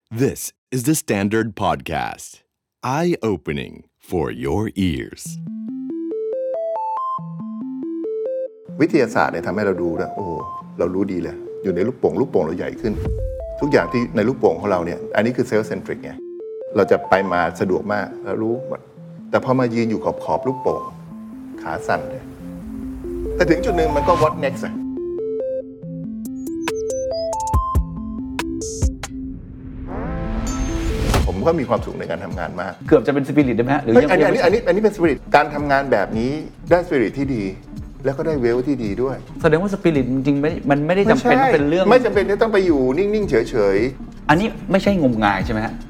This is the Standard Podcast. Eye-opening for your ears. วิทยาศาสตร์เนี่ยทำให้เราดูนะโอ้เรารู้ดีเลยอยู่ในลูกโป่งเราใหญ่ขึ้นทุกอย่างที่ในลูกโป่งของเราเนี่ยอันนี้คือเซลล์เซนทริกไงเราจะไปมาสะดวกมากเรารู้หมดแต่พอมายืนอยู่ขอบลูกโป่งขาสั่นเลยแต่ถึงจุดหนึ่งมันก็ what next อะผมก็มีความสุขในการทำงานมากเกือบจะเป็นสปิริตได้ไหมฮะหรือยังอันนี้เป็นสปิริตการทำงานแบบนี้ได้สปิริตที่ดีแล้วก็ได้เวลที่ดีด้วยแสดงว่าสปิริตจริงๆมันไม่ได้จำเป็นต้องเป็นเรื่องไม่จำเป็นที่ต้องไปอยู่นิ่งๆเฉยๆอันนี้ไม่ใช่งมงายใช่ไหมฮะ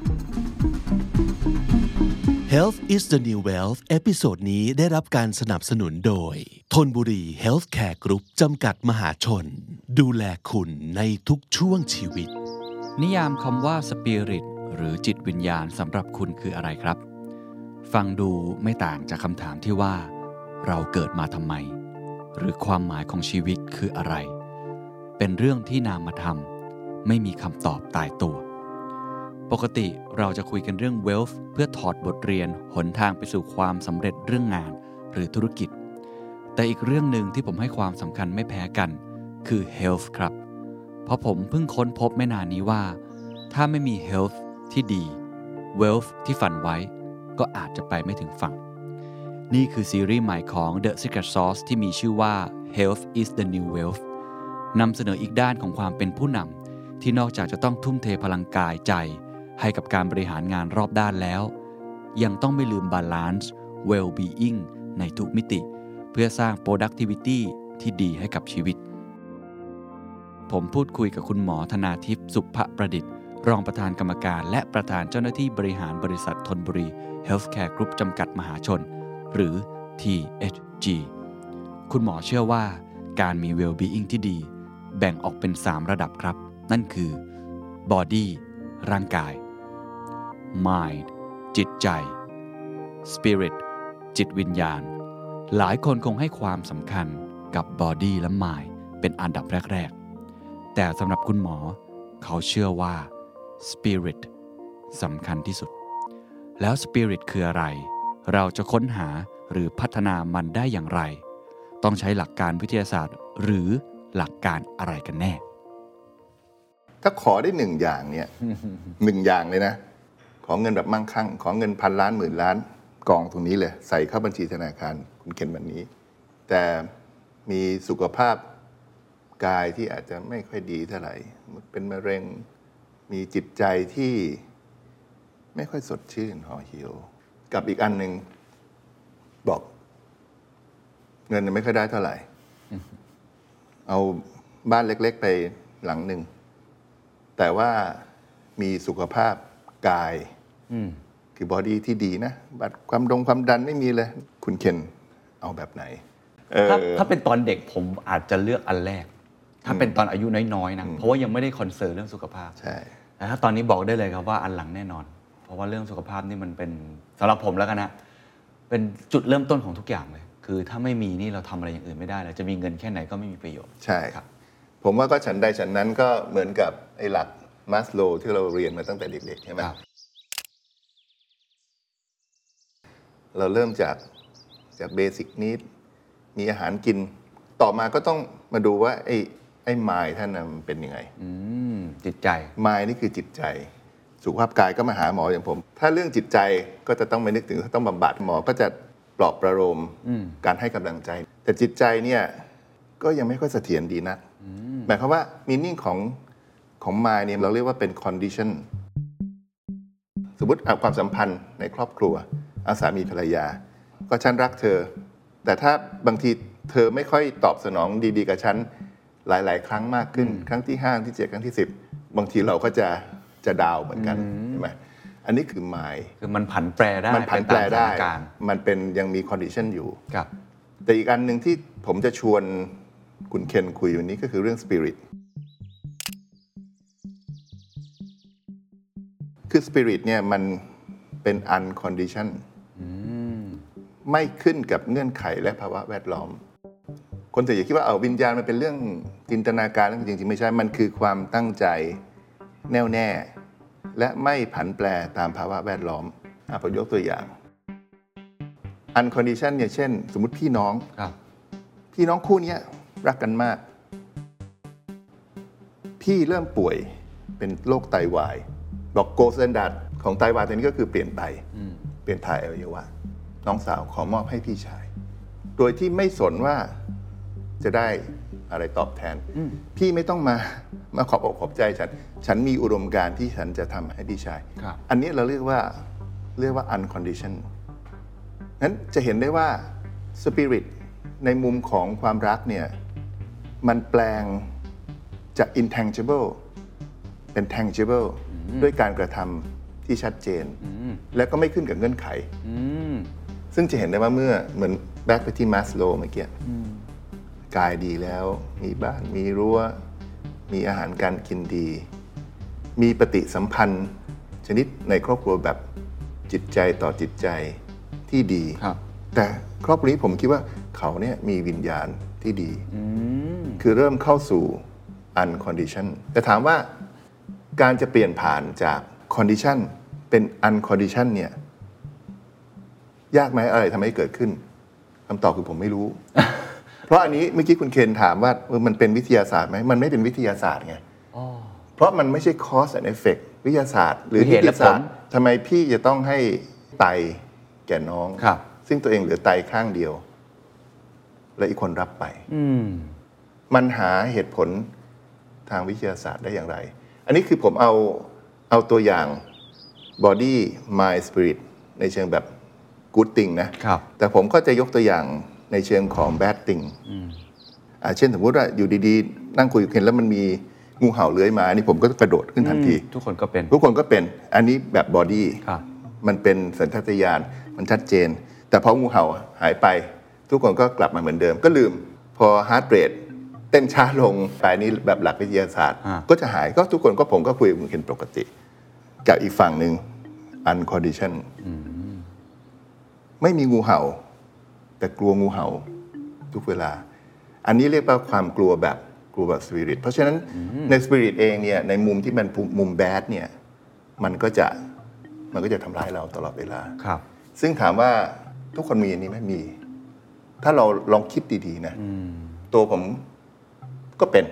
Health is the new wealth เอพิโซดนี้ได้รับการสนับสนุนโดยธนบุรี Healthcare Group จำกัดมหาชนดูแลคุณในทุกช่วงชีวิตนิยามคำว่าสปิริตหรือจิตวิญญาณสำหรับคุณคืออะไรครับฟังดูไม่ต่างจากคำถามที่ว่าเราเกิดมาทำไมหรือความหมายของชีวิตคืออะไรเป็นเรื่องที่นามธรรมไม่มีคำตอบตายตัวปกติเราจะคุยกันเรื่อง wealth เพื่อถอดบทเรียนหนทางไปสู่ความสำเร็จเรื่องงานหรือธุรกิจแต่อีกเรื่องหนึ่งที่ผมให้ความสำคัญไม่แพ้กันคือ health ครับเพราะผมเพิ่งค้นพบไม่นานนี้ว่าถ้าไม่มี health ที่ดี wealth ที่ฝันไว้ก็อาจจะไปไม่ถึงฝั่งนี่คือซีรีส์ใหม่ของ The Secret Sauce ที่มีชื่อว่า Health is the New Wealth นำเสนออีกด้านของความเป็นผู้นำที่นอกจากจะต้องทุ่มเทพลังกายใจให้กับการบริหารงานรอบด้านแล้วยังต้องไม่ลืม Balance Well-being ในทุกมิติเพื่อสร้าง Productivity ที่ดีให้กับชีวิตผมพูดคุยกับคุณหมอธนาทิพย์สุภประดิษฐ์รองประธานกรรมการและประธานเจ้าหน้าที่บริหารบริษัทธนบุรี Healthcare Group จำกัดมหาชนหรือ THG คุณหมอเชื่อว่าการมี well-being ที่ดีแบ่งออกเป็น3ระดับครับนั่นคือ body ร่างกาย mind จิตใจ spirit จิตวิญญาณหลายคนคงให้ความสำคัญกับ body และ mind เป็นอันดับแรกๆแต่สำหรับคุณหมอเขาเชื่อว่า spirit สำคัญที่สุดแล้ว spirit คืออะไรเราจะค้นหาหรือพัฒนามันได้อย่างไรต้องใช้หลักการวิทยาศาสตร์หรือหลักการอะไรกันแน่ถ้าขอได้1อย่างเนี่ย 1อย่างเลยนะขอเงินแบบมั่งคั่งขอเงิน1,000 ล้าน10,000 ล้านกองตรงนี้เลยใส่เข้าบัญชีธนาคารคุณเข็นวันนี้แต่มีสุขภาพกายที่อาจจะไม่ค่อยดีเท่าไหร่เป็นมะเร็งมีจิตใจที่ไม่ค่อยสดชื่นห่อเหี่ยวกับอีกอันหนึ่งบอกเงินไม่ค่อยได้เท่าไหร่เอาบ้านเล็กๆไปหลังหนึ่งแต่ว่ามีสุขภาพกายคือบอดี้ที่ดีนะบัตรความดันไม่มีเลยคุณเคนเอาแบบไหนถ้าเป็นตอนเด็กผมอาจจะเลือกอันแรกถ้าเป็นตอนอายุน้อยๆนะเพราะว่ายังไม่ได้คอนเซิร์นเรื่องสุขภาพใช่แต่ถ้าตอนนี้บอกได้เลยครับว่าอันหลังแน่นอนเพราะว่าเรื่องสุขภาพนี่มันเป็นสำหรับผมแล้วกันนะเป็นจุดเริ่มต้นของทุกอย่างเลยคือถ้าไม่มีนี่เราทำอะไรอย่างอื่นไม่ได้เลยจะมีเงินแค่ไหนก็ไม่มีประโยชน์ใช่ครับผมว่าก็ฉันใดฉันนั้นก็เหมือนกับไอ้หลักมัสโลว์ที่เราเรียนมาตั้งแต่เด็กๆใช่ไหมเราเริ่มจากเบสิกนีดมีอาหารกินต่อมาก็ต้องมาดูว่าไอ้มายท่านมันเป็นยังไงจิตใจมายนี่คือจิตใจสุขภาพกายก็มาหาหมออย่างผมถ้าเรื่องจิตใจก็จะต้องไปนึกถึงต้องบำบัดหมอก็จะปลอบประโลมการให้กำลังใจแต่จิตใจเนี่ยก็ยังไม่ค่อยเสถียรดีนักหมายความว่ามีนิ่งของมายเนี่ยเราเรียกว่าเป็น condition สมมติความสัมพันธ์ในครอบครัวสามีภรรยาก็ฉันรักเธอแต่ถ้าบางทีเธอไม่ค่อยตอบสนองดีๆกับฉันหลายๆครั้งมากขึ้นครั้งที่5ที่7ครั้งที่10บางทีเราก็จะดาวเหมือนกันใช่ไหมอันนี้คือ mind คือมันผันแปรได้มันผันแปรได้มันเป็นยังมี condition อยู่แต่อีกอันหนึ่งที่ผมจะชวนคุณเคนคุยวันนี้ก็คือเรื่อง spirit คือ spirit เนี่ยมันเป็น uncondition ไม่ขึ้นกับเงื่อนไขและภาวะแวดล้อมคนส่วนใหญ่คิดว่าวิญญาณมันเป็นเรื่องจินตนาการจริงๆไม่ใช่มันคือความตั้งใจแน่วแน่และไม่ผันแปรตามภาวะแวดล้อมผมยกตัวอย่าง uncondition เนี่ยเช่นสมมุติพี่น้องคู่นี้รักกันมากพี่เริ่มป่วยเป็นโรคไตวายบอก gold standard ของไตวายตอนนี้ก็คือเปลี่ยนไตเปลี่ยนถ่ายอวัยวะน้องสาวขอมอบให้พี่ชายโดยที่ไม่สนว่าจะได้อะไรตอบแทนพี่ไม่ต้องมาขอบอกขอบใจฉันมีอุดมการณ์ที่ฉันจะทำให้พี่ชายอันนี้เราเรียกว่า uncondition นั้นจะเห็นได้ว่า spirit ในมุมของความรักเนี่ยมันแปลงจาก intangible เป็น tangible ด้วยการกระทำที่ชัดเจนและก็ไม่ขึ้นกับเงื่อนไขซึ่งจะเห็นได้ว่าเมื่อเหมือน back ไปที่ Maslow เมื่อกี้กายดีแล้วมีบ้านมีรั้วมีอาหารการกินดีมีปฏิสัมพันธ์ชนิดในครอบครัวแบบจิตใจต่อจิตใจที่ดีแต่ครอบครัวนี้ผมคิดว่าเขาเนี่ยมีวิญญาณที่ดีคือเริ่มเข้าสู่ uncondition แต่ถามว่าการจะเปลี่ยนผ่านจาก condition เป็น uncondition เนี่ยยากไหมอะไรทำให้เกิดขึ้นคำตอบคือผมไม่รู้ เพราะอันนี้เมื่อกี้คุณเคนถามว่ามันเป็นวิทยาศาสตร์ไหมมันไม่เป็นวิทยาศาสตร์ไงเพราะมันไม่ใช่ cause and effect วิทยาศาสตร์หรือนิติศาสตร์ทำไมพี่จะต้องให้ไตแก่น้องซึ่งตัวเองเหลือไตข้างเดียวและอีกคนรับไปมันหาเหตุผลทางวิทยาศาสตร์ได้อย่างไรอันนี้คือผมเอาตัวอย่าง body mind spirit ในเชิงแบบ good thing นะแต่ผมก็จะยกตัวอย่างในเชิงของ bad thing เช่นสมมติว่าอยู่ดีๆนั่งคุยกันแล้วมันมีงูเห่าเลื้อยมาอันนี้ผมก็กระโดดขึ้นทันทีทุกคนก็เป็นอันนี้แบบ body มันเป็นสัญชาตญาณมันชัดเจนแต่พองูเห่าหายไปทุกคนก็กลับมาเหมือนเดิมก็ลืมพอ heart rate เต้นช้าลงไปนี้แบบหลักวิทยาศาสตร์ก็จะหายก็ทุกคนก็ผมก็คุยเหมือนปกติกับอีกฝั่งหนึ่ง uncondition ไม่มีงูเห่าแต่กลัวงูเห่าทุกเวลาอันนี้เรียกว่าความกลัวแบบสปิริตเพราะฉะนั้นในสปิริตเองเนี่ยในมุมที่มันมุมแบดเนี่ยมันก็จะทำร้ายเราตลอดเวลาซึ่งถามว่าทุกคนมีอันนี้ไหมมีถ้าเราลองคิดดีๆนะตัวผมก็เป็น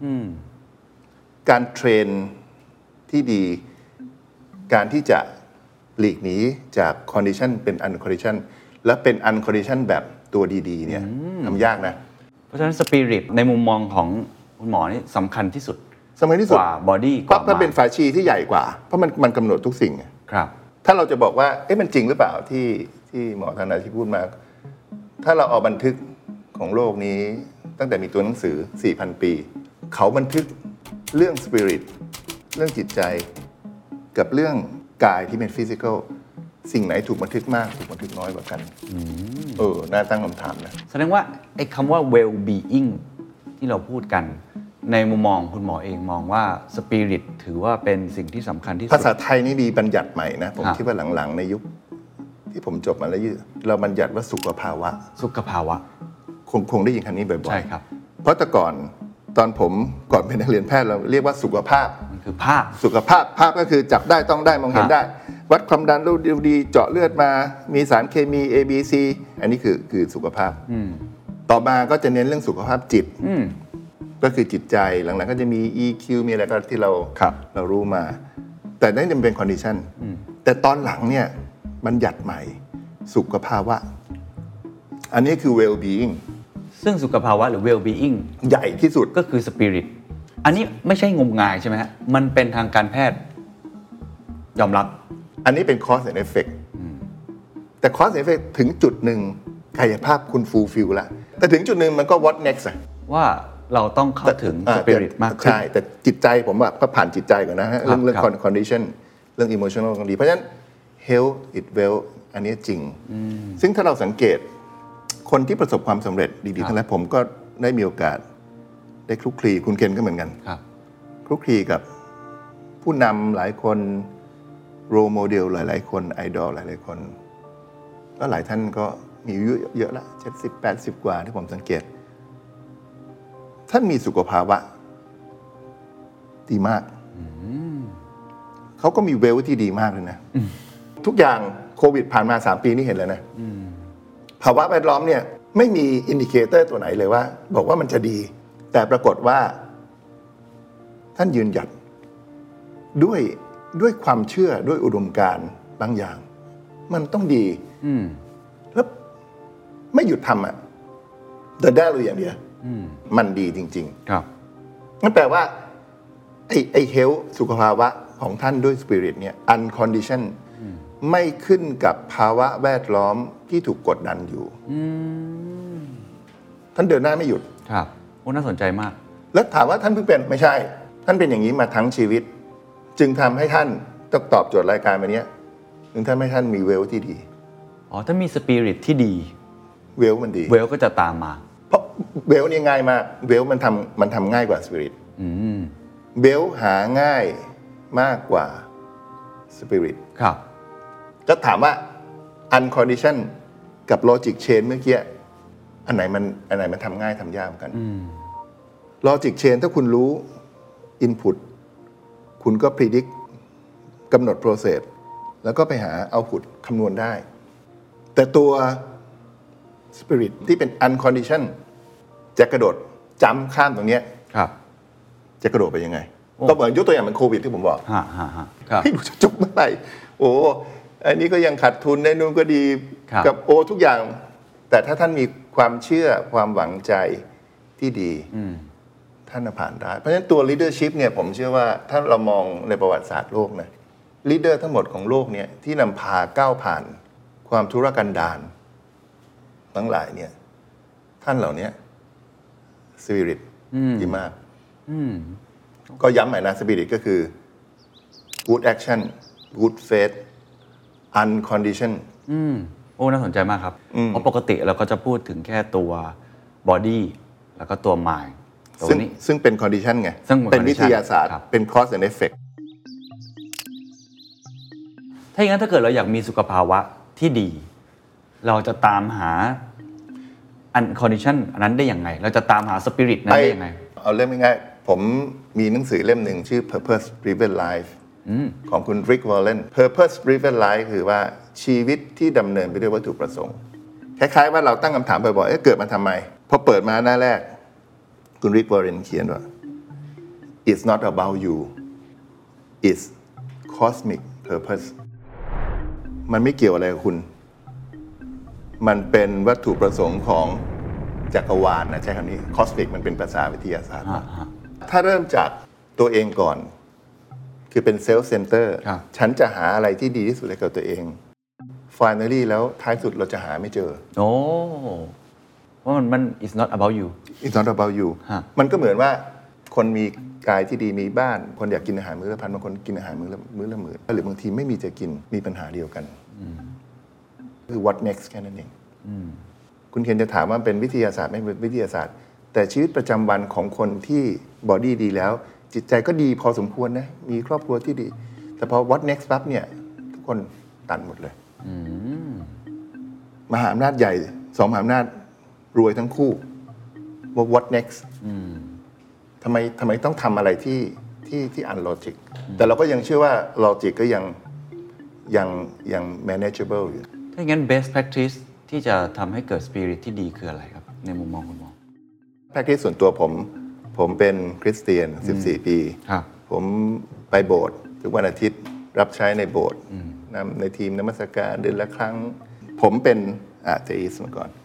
การเทรนที่ดีการที่จะหลีกหนีจากคอนดิชันเป็นอันคอนดิชันและเป็นอันคอนดิชันแบบตัวดีๆเนี่ยทำยากนะเพราะฉะนั้นสปิริตในมุมมองของคุณหมอนี่สำคัญที่สุดกว่าบอดี้กว่ามันเป็นฝาชีที่ใหญ่กว่าเพราะมันกำหนดทุกสิ่งครับถ้าเราจะบอกว่ามันจริงหรือเปล่าที่หมอธนาที่พูดมาถ้าเราเอาบันทึกของโลกนี้ตั้งแต่มีตัวหนังสือ 4,000 ปีเขาบันทึกเรื่องสปิริตเรื่องจิตใจกับเรื่องกายที่เป็นฟิสิกอลสิ่งไหนถูกบันทึกมากถูกบันทึกน้อยกว่ากันน่าตั้งคำถามนะแสดงว่าไอ้คำว่า well being ที่เราพูดกันในมุมมองคุณหมอเองมองว่าสปิริตถือว่าเป็นสิ่งที่สำคัญที่สุดภาษาไทยนี่มีบัญญัติใหม่นะผมคิดว่าหลังๆในยุคที่ผมจบมาแล้วเราบัญญัติว่าสุขภาวะคงได้ยินคำนี้บ่อยๆใช่ครับเพราะแต่ก่อนตอนผมก่อนเป็นนักเรียนแพทย์เราเรียกว่าสุขภาพมันคือภาพสุขภาพก็คือจับได้ต้องได้มองเห็นได้วัดความดันดูดีเจาะเลือดมามีสารเคมี A B C อันนี้คือสุขภาพต่อมาก็จะเน้นเรื่องสุขภาพจิตก็คือจิตใจหลังๆก็จะมี EQ มีอะไรก็ที่เรารู้มาแต่นั่นยังเป็นคอนดิชันแต่ตอนหลังเนี่ยบัญญัติใหม่สุขภาวะอันนี้คือ well being ซึ่งสุขภาวะหรือ well being ใหญ่ที่สุดก็คือ spirit อันนี้ไม่ใช่งมงายใช่ไหมฮะมันเป็นทางการแพทย์ยอมรับอันนี้เป็น cause and effect แต่ cause and effect ถึงจุดหนึ่งกายภาพคุณ fulfill ละแต่ถึงจุดหนึ่งมันก็ what next ว่าเราต้องเข้าถึง spirit มากขึ้นใช่แต่จิตใจผมว่าก็ผ่านจิตใจก่อนนะฮะเรื่อง condition เรื่อง emotional ก็ดีเพราะฉะนั้น health it well อันนี้จริงซึ่งถ้าเราสังเกตคนที่ประสบความสำเร็จดีๆทั้งนั้นผมก็ได้มีโอกาสได้คลุกคลีคุณเคนก็เหมือนกันคลุกคลีกับผู้นำหลายคนโรโมเดลหลายๆคนไอดอลหลายๆคนก็หลายท่านก็มีอายุเยอะละ70-80 กว่าที่ผมสังเกตท่านมีสุขภาวะดีมากเขาก็มีเวลที่ดีมากเลยนะทุกอย่างโควิดผ่านมา3 ปีนี่เห็นแล้วนะภาวะแวดล้อมเนี่ยไม่มีอินดิเคเตอร์ตัวไหนเลยว่าบอกว่ามันจะดีแต่ปรากฏว่าท่านยืนหยัดด้วยความเชื่อด้วยอุดมการณ์บางอย่างมันต้องดีแล้วไม่หยุดทำอ่ะเดินได้เลยอย่างเดียวมันดีจริงๆครับนั่นแปลว่าไอ้เฮลท์สุขภาวะของท่านด้วยสปิริตเนี่ยอันคอนดิชันไม่ขึ้นกับภาวะแวดล้อมที่ถูกกดดันอยู่ท่านเดินหน้าไม่หยุดครับโอ้น่าสนใจมากแล้วถามว่าท่านเพิ่งเป็นไม่ใช่ท่านเป็นอย่างนี้มาทั้งชีวิตจึงทำให้ท่านต้องตอบโจทย์รายการวันนี้จึงทำให้ท่านมีเวลที่ดีถ้ามีสปิริตที่ดีเวลมันดีเวลก็จะตามมาเพราะเวลนี่ง่ายมากเวลมันทำง่ายกว่าสปิริตเวลหาง่ายมากกว่าสปิริตครับก็ถามว่า uncondition กับ logic chain เมื่อกี้อันไหนมันทำง่ายทำยากกัน logic chain ถ้าคุณรู้ input คุณก็ predict กำหนด process แล้วก็ไปหา output คำนวณได้แต่ตัว spirit ที่เป็น uncondition จะกระโดดจ้ำข้ามตรงนี้จะกระโดดไปยังไงก็เหมือนยกตัวอย่างเหมือนโควิดที่ผมบอกไม่รู้จะจบเมื่อไหร่โอ้อันนี้ก็ยังขาดทุนในนู้นก็ดีกับทุกอย่างแต่ถ้าท่านมีความเชื่อความหวังใจที่ดีท่านผ่านได้เพราะฉะนั้นตัว leadership เนี่ยผมเชื่อว่าถ้าเรามองในประวัติศาสตร์โลกนะ leader ทั้งหมดของโลกเนี่ยที่นำพาก้าวผ่านความทุรกันดารทั้งหลายเนี่ยท่านเหล่านี้ spirit ดีมากก็ย้ำใหม่นะ spirit ก็คือ good action good faith uncondition น่าสนใจมากครับเพราะปกติเราก็จะพูดถึงแค่ตัว body แล้วก็ตัว mind ซึ่งเป็น condition ไงเป็นวิทยาศาสตร์เป็น cause and effect ถ้าอย่างนั้นถ้าเกิดเราอยากมีสุขภาวะที่ดีเราจะตามหา uncondition อันนั้นได้ยังไงเราจะตามหา spirit นั้นได้ยังไงเอาเล่มง่ายๆผมมีหนังสือเล่มหนึ่งชื่อ Purpose Driven Life ของคุณ Rick Warren Purpose Driven Life คือว่าชีวิตที่ดำเนินไปด้วยวัตถุประสงค์คล้ายๆว่าเราตั้งคำถามบ่อยๆเกิดมาทำไมพอเปิดมาหน้าแรกคุณ Rick Warren เขียนว่า It's not about you It's cosmic purpose มันไม่เกี่ยวอะไรกับคุณมันเป็นวัตถุประสงค์ของจักรวาลนะใช้คำนี้ cosmic มันเป็นภาษาวิทยาศาสตร์ถ้าเริ่มจากตัวเองก่อนคือเป็น self center ฉันจะหาอะไรที่ดีที่สุดให้กับตัวเอง finally แล้วท้ายสุดเราจะหาไม่เจอเพราะมัน it's not about you it's not about you มันก็เหมือนว่าคนมีกายที่ดีมีบ้านคนอยากกินอาหารมื้อละพันบางคนกินอาหารมื้อละหมื่นหรือบางทีไม่มีจะกินมีปัญหาเดียวกันคือ what next แค่นั้นเองคุณเคนจะถามว่าเป็นวิทยาศาสตร์ไม่เป็นวิทยาศาสตร์แต่ชีวิตประจำวันของคนที่บอดี้ดีแล้วจิตใจก็ดีพอสมควรนะมีครอบครัวที่ดีแต่พอ what next ปั๊บเนี่ยทุกคนตันหมดเลยมหาอำนาจใหญ่สองมหาอำนาจรวยทั้งคู่ว่า what next ทำไมต้องทำอะไรที่unlogic แต่เราก็ยังเชื่อว่า logic ก็ยัง manageable อยู่ถ้างั้น best practice ที่จะทำให้เกิด spirit ที่ดีคืออะไรครับในมุมมองคุณหมอ practice ส่วนตัวผมเป็นคริสเตียน14 ปีผมไปโบสถ์ทุกวันอาทิตย์รับใช้ในโบสถ์ในทีมนมัสการเดือนละครั้งผมเป็นอาเทอิสต์มาก่อน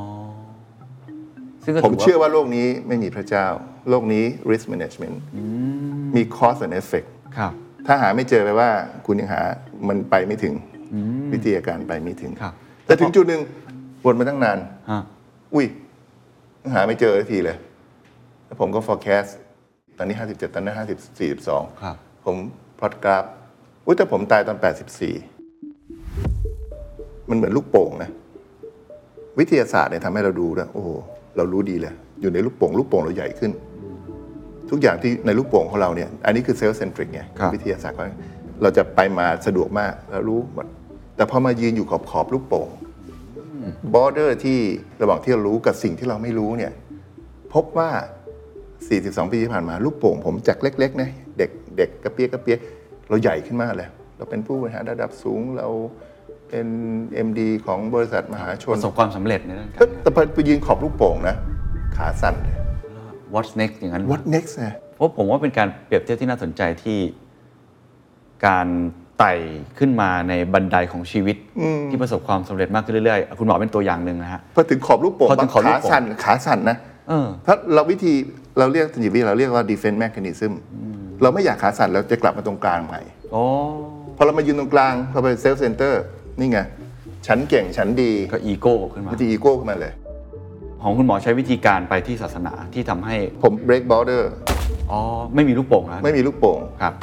ผมเชื่อว่าโลกนี้ไม่มีพระเจ้าโลกนี้ risk management มี cause and effect ถ้าหาไม่เจอแปลว่าคุณยังหามันไปไม่ถึงวิธีการไปไม่ถึงแต่ถึงจุดหนึ่งวนมาตั้งนานอุ้ยหาไม่เจอทีเลยแล้วผมก็ forecast ตอนนี้57ตอนนั้น42ผมพลอตกราฟแต่ผมตายตอน84มันเหมือนลูกโป่งนะวิทยาศาสตร์เนี่ยทำให้เราดูแล้วโอ้เรารู้ดีเลยอยู่ในลูกโป่งเราใหญ่ขึ้นทุกอย่างที่ในลูกโป่งของเราเนี่ยอันนี้คือเซลล์เซนทริกไงวิทยาศาสตร์เราจะไปมาสะดวกมากเรารู้หมดแต่พอมายืนอยู่ขอบลูกโป่งบอร์เดอร์ที่ระหว่างที่เรารู้กับสิ่งที่เราไม่รู้เนี่ยพบว่า42 ปีที่ผ่านมาลูกโป่งผมจากเล็กๆนะเด็กกระเปี๊ยกเราใหญ่ขึ้นมากเลยเราเป็นผู้บริหารระดับสูงเราเป็น MD ของบริษัทมหาชนประสบความสำเร็จในเรื่องการแต่พอไปยืนขอบลูกโป่งนะขาสั่นเลย What's next อย่างนั้น What next นะเพราะผมว่าเป็นการเปรียบเทียบที่น่าสนใจที่การไต่ขึ้นมาในบันไดของชีวิตที่ประสบความสำเร็จมากขึ้นเรื่อยๆคุณหมอเป็นตัวอย่างหนึ่งนะฮะพอถึงขอบลูกโป่งขาสั่นนะถ้าเราวิธีเราเรียกจิตวิทยาเราเรียกว่า defense mechanism เราไม่อยากขาสั่นแล้วจะกลับมาตรงกลางใหม่พอเรามายืนตรงกลางพอไป self center นี่ไงฉันเก่งฉันดีก็อีโก้ขึ้นมาวิธีอีโก้ขึ้นมาเลยของคุณหมอใช้วิธีการไปที่ศาสนาที่ทำให้ผม break border ไม่มีลูกโป่งนะไม่มีลูกโป่งครับ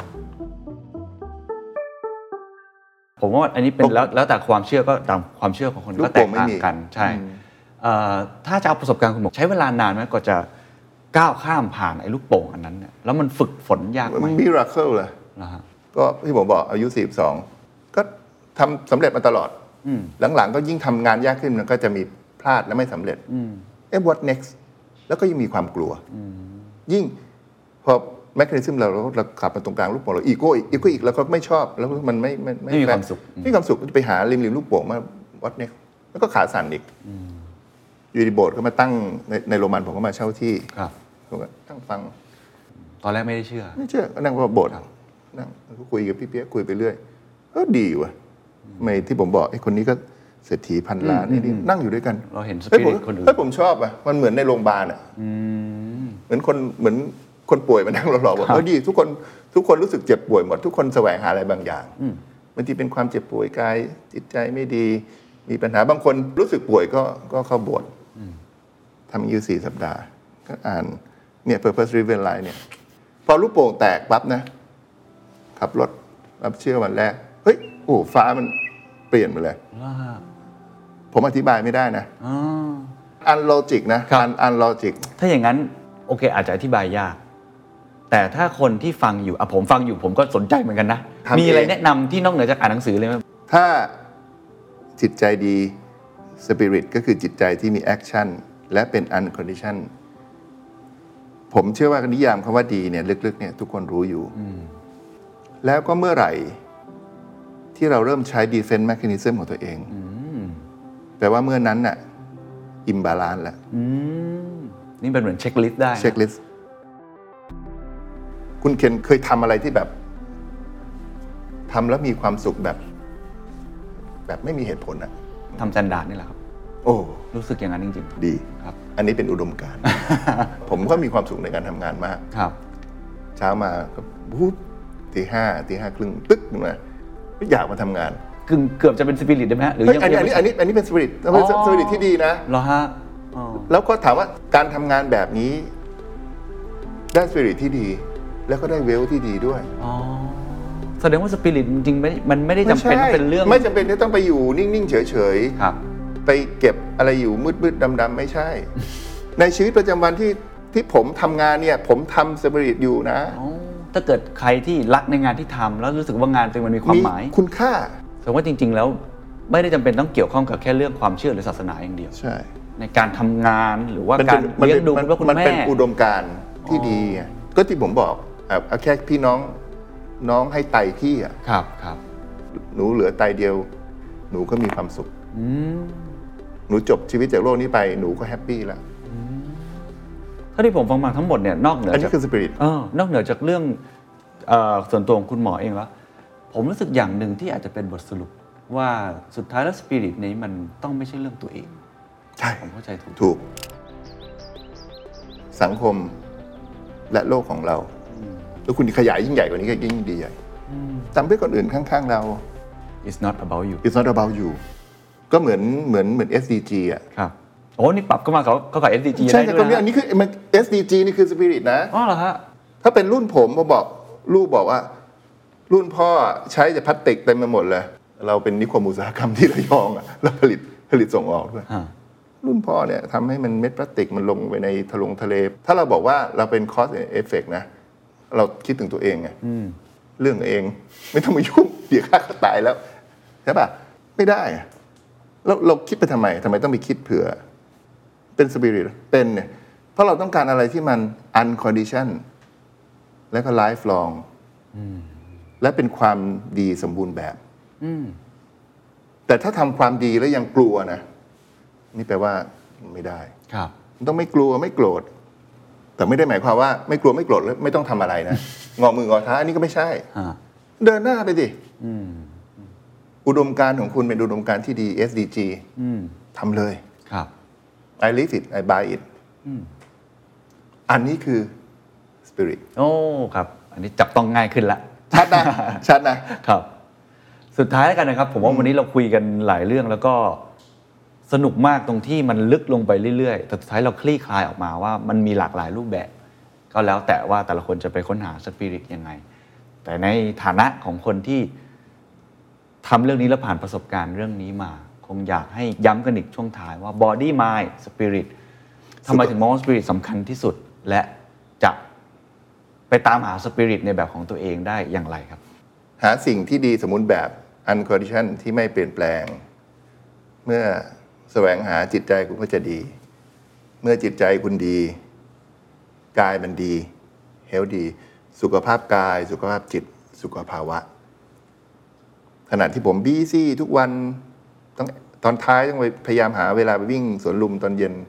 ผมว่าอันนี้เป็นแล้วแต่ความเชื่อก็ตามความเชื่อของคนก็แตกต่างกันใช่ถ้าจะเอาประสบการณ์คุณหมอใช้เวลานานไหมกว่าจะก้าวข้ามผ่านไอ้ลูกโป่งอันนั้นเนี่ยแล้วมันฝึกฝนยากไหมมิราเคิลเลยก็ที่ผมบอกอายุ42ก็ทำสำเร็จมาตลอดหลังๆก็ยิ่งทำงานยากขึ้นมันก็จะมีพลาดและไม่สำเร็จwhat next แล้วก็ยังมีความกลัวยิ่งพอแมคานิซึมเราขับมาตรงกลางลูกโป่งเราอีโก้อีกแล้วก็ไม่ชอบแล้วมันไม่มีความสุขจะไปหาริมลูกโป่งมา what next แล้วก็ขาสั่นอีกอยู่ในโบสถ์ก็มาตั้งในโรมันผมก็มาเช่าที่ผมก็ตั้งฟังตอนแรกไม่เชื่อก็นั่งว่าโบสถ์นั่งก็คุยกับพี่เปี๊ยกคุยไปเรื่อยก็ดีว่ะไม่ที่ผมบอกไอ้คนนี้ก็เศรษฐีพันล้านนี่นั่งอยู่ด้วยกันเราเห็นสปิริตคนอื่นผมชอบอ่ะมันเหมือนในโรงพยาบาลอ่ะเหมือนคนป่วยมานั่งรอๆบอกดีทุกคนรู้สึกเจ็บป่วยหมดทุกคนแสวงหาอะไรบางอย่างบางทีเป็นความเจ็บป่วยกายจิตใจไม่ดีมีปัญหาบางคนรู้สึกป่วยก็เข้าโบสถ์ทำอยู่4 สัปดาห์ก็อ่านเนี่ย Purpose Driven Life เนี่ยพอลูกโป่งแตกปั๊บนะขับรถรับเชื่อวันแรกเฮ้ยโอ้ฟ้ามันเปลี่ยนไปเลยผมอธิบายไม่ได้นะอันโลจิกนะอันโลจิกถ้าอย่างนั้นโอเคอาจจะอธิบายยากแต่ถ้าคนที่ฟังอยู่ผมฟังอยู่ผมก็สนใจเหมือนกันนะมีอะไรแนะนำที่นอกเหนือจากอ่านหนังสือเลยไหมถ้าจิตใจดีสปิริตก็คือจิตใจที่มีแอคชั่นและเป็น uncondition ผมเชื่อว่านิยามคำว่าดีเนี่ยลึกๆเนี่ยทุกคนรู้อยู่แล้วก็เมื่อไหร่ที่เราเริ่มใช้ defense mechanism ของตัวเองแปลว่าเมื่อนั้นน่ะ imbalance แล้วนี่เป็นเหมือนเช็คลิสต์ได้เช็คลิสต์คุณเคนเคยทำอะไรที่แบบทำแล้วมีความสุขแบบไม่มีเหตุผลอะทำสแตนดาร์ดนี่แหละครับโอ้รู้สึกอย่างนั้นจริงๆดีครับอันนี้เป็นอุดมการณ์ ผมก็มีความสุขในการทำงานมากครับเช้ามาก็ตีห้าครึ่งตึ๊กมาอยากมาทำงานเกือบจะเป็นสปิริตได้ไหมฮะหรือยังอันนี้เป็นสปิริตสปิริตที่ดีนะเหรอฮะแล้วก็ถามว่าการทำงานแบบนี้ได้สปิริตที่ดีแล้วก็ได้เวลที่ดีด้วยแสดงว่าสปิริตจริงๆมันไม่ได้จำเป็นต้องเป็นเรื่องไม่จำเป็นที่ต้องไปอยู่นิ่งๆเฉยๆไปเก็บอะไรอยู่มืดๆดำๆไม่ใช่ในชีวิตประจำวันที่ผมทำงานเนี่ยผมทำสปิริตอยู่นะถ้าเกิดใครที่รักในงานที่ทำแล้วรู้สึกว่างานตัวเองมันมีความหมายคุณค่าแสดงว่าจริงๆแล้วไม่ได้จำเป็นต้องเกี่ยวข้องกับแค่เรื่องความเชื่อหรือศาสนาอย่างเดียวใช่ในการทำงานหรือว่าการเลี้ยงดูคุณพ่อคุณแม่มันเป็นอุดมการณ์ที่ดีก็ที่ผมบอกเอาแค่พี่น้องให้ไตพี่อ่ะครับหนูเหลือไตเดียวหนูก็มีความสุขหนูจบชีวิตจากโลกนี้ไปหนูก็แฮปปี้แล้วถ้าที่ผมฟังมาทั้งหมดเนี่ยนอกเหนือจากอันนี้คือสปิริตนอกเหนือจากเรื่องส่วนตัวของคุณหมอเองแล้วผมรู้สึกอย่างหนึ่งที่อาจจะเป็นบทสรุปว่าสุดท้ายแล้วสปิริตนี้มันต้องไม่ใช่เรื่องตัวเองใช่ผมเข้าใจถูกสังคมและโลกของเราแล้วคุณขยายยิ่งใหญ่กว่านี้ก็ยิ่งดีใหญ่ทำเพื่อคนอื่นข้างๆเรา It's not about you It's not about you ก็เหมือน SDG อ่ะครับโอ้นี่ปรับเข้ามาเขากับ SDG ได้ด้วยนะอันนี้คือ SDG นี่คือสปิริตนะอ๋อเหรอฮะถ้าเป็นรุ่นผมบอกลูกบอกว่ารุ่นพ่อใช้แต่พลาสติกเต็มไปหมดเลยเราเป็นนิคมอุตสาหกรรมที่ระยองอ่ะเราผลิตส่งออกด้วยรุ่นพ่อเนี่ยทำให้มันเม็ดพลาสติกมันลงไปในทะเลถ้าเราบอกว่าเราเป็น cause and effect นะเราคิดถึงตัวเองไงเรื่องเองไม่ต้องมายุ่งเดี๋ยวฆ่าเขาตายแล้วใช่ป่ะไม่ได้แล้วเราคิดไปทำไมต้องไปคิดเผื่อเป็นสปิริตเป็นเนี่ยเพราะเราต้องการอะไรที่มัน uncondition แล้วก็ lifelong และเป็นความดีสมบูรณ์แบบแต่ถ้าทำความดีแล้วยังกลัวนะนี่แปลว่าไม่ได้ครับต้องไม่กลัวไม่โกรธแต่ไม่ได้หมายความว่าไม่กลัวไม่โกรธแล้วไม่ต้องทำอะไรนะ งอมืองอเท้าอันนี้ก็ไม่ใช่เดินหน้าไปดิอุดมการณ์ของคุณเป็นอุดมการณ์ที่ดี SDG ทำเลยครับ I live it I buy it อันนี้คือ spirit โอ้ครับอันนี้จับต้องง่ายขึ้นละชัดนะครับสุดท้ายแล้วกันนะครับผมว่าวันนี้เราคุยกันหลายเรื่องแล้วก็สนุกมากตรงที่มันลึกลงไปเรื่อยๆแต่สุดท้ายเราคลี่คลายออกมาว่ามันมีหลากหลายรูปแบบก็แล้วแต่ว่าแต่ละคนจะไปค้นหาสปิริตยังไงแต่ในฐานะของคนที่ทำเรื่องนี้แล้วผ่านประสบการณ์เรื่องนี้มาคงอยากให้ย้ำกันอีกช่วงท้ายว่า body mind spirit ทำไมถึงมองว่า spirit สำคัญที่สุดและจะไปตามหาสปิริตในแบบของตัวเองได้อย่างไรครับหาสิ่งที่ดีสมมุติแบบ uncondition ที่ไม่เปลี่ยนแปลงเมื่อแสวงหาจิตใจคุณก็จะดีเมื่อจิตใจคุณดีกายมันดีเฮลดีสุขภาพกายสุขภาพจิตสุขภาวะขณะที่ผมบีซี่ทุกวันต้องตอนท้ายต้องไปพยายามหาเวลาไปวิ่งสวนลุมตอนเย็น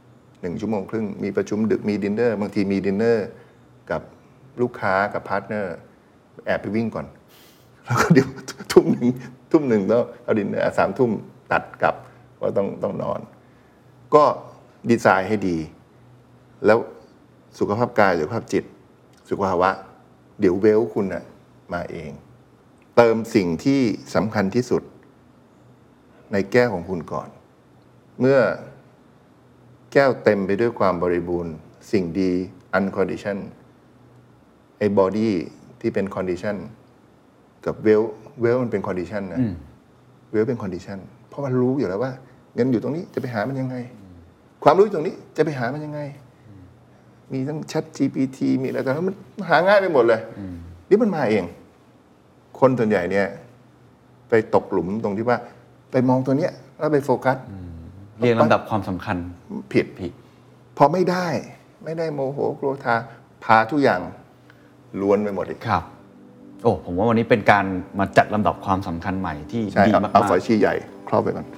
1 ชั่วโมงครึ่งมีประชุมดึกมีดินเนอร์บางทีมีดินเนอร์กับลูกค้ากับพาร์ทเนอร์แอบไปวิ่งก่อนแล้วก็เดี๋ยวทุ่มหนึ่งแล้วเอาดินเนอร์3 ทุ่มตัดกลับว่าต้องนอนก็ดีไซน์ให้ดีแล้วสุขภาพกายสุขภาพจิตสุขภาวะเดี๋ยวเวลคุณน่ะมาเองเติมสิ่งที่สำคัญที่สุดในแก้วของคุณก่อนเมื่อแก้วเต็มไปด้วยความบริบูรณ์สิ่งดี uncondition ไอ้ body ที่เป็น condition กับเวลมันเป็น condition นะเวลเป็น condition เพราะมันรู้อยู่แล้วว่าเงินอยู่ตรงนี้จะไปหามันยังไงความรู้อยู่ตรงนี้จะไปหามันยังไงมีทั้ง Chat GPT มีอะไรต่างๆมันหาง่ายไปหมดเลยนี่มันมาเองคนส่วนใหญ่เนี่ยไปตกหลุมตรงที่ว่าไปมองตัวเนี้ยแล้วไปโฟกัสเรียงลำดับความสำคัญผิดพอไม่ได้โมโหโกรธาพาทุกอย่างล้วนไปหมดเลยครับโอ้ผมว่าวันนี้เป็นการมาจัดลำดับความสำคัญใหม่ที่ดีมากๆเอาฝอยชี้ใหญ่ครอบไปก่อน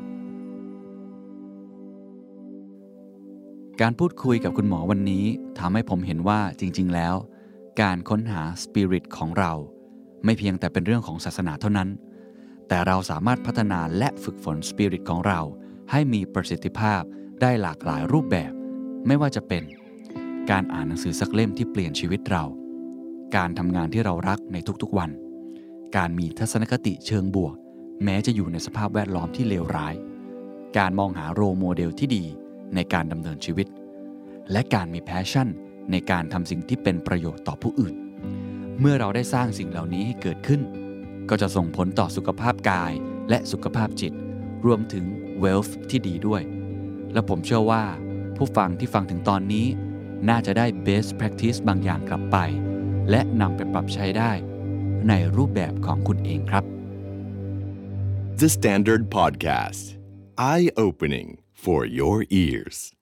การพูดคุยกับคุณหมอวันนี้ทำให้ผมเห็นว่าจริงๆแล้วการค้นหาสปิริตของเราไม่เพียงแต่เป็นเรื่องของศาสนาเท่านั้นแต่เราสามารถพัฒนาและฝึกฝนสปิริตของเราให้มีประสิทธิภาพได้หลากหลายรูปแบบไม่ว่าจะเป็นการอ่านหนังสือสักเล่มที่เปลี่ยนชีวิตเราการทำงานที่เรารักในทุกๆวันการมีทัศนคติเชิงบวกแม้จะอยู่ในสภาพแวดล้อมที่เลวร้ายการมองหาโรลโมเดลที่ดีในการดำเนินชีวิตและการมีแพชชั่นในการทำสิ่งที่เป็นประโยชน์ต่อผู้อื่นเมื่อเราได้สร้างสิ่งเหล่านี้ให้เกิดขึ้นก็จะส่งผลต่อสุขภาพกายและสุขภาพจิตรวมถึง wealth ที่ดีด้วยและผมเชื่อว่าผู้ฟังที่ฟังถึงตอนนี้น่าจะได้ best practice บางอย่างกลับไปและนำไปปรับใช้ได้ในรูปแบบของคุณเองครับ The Standard Podcast Eye Opening for your ears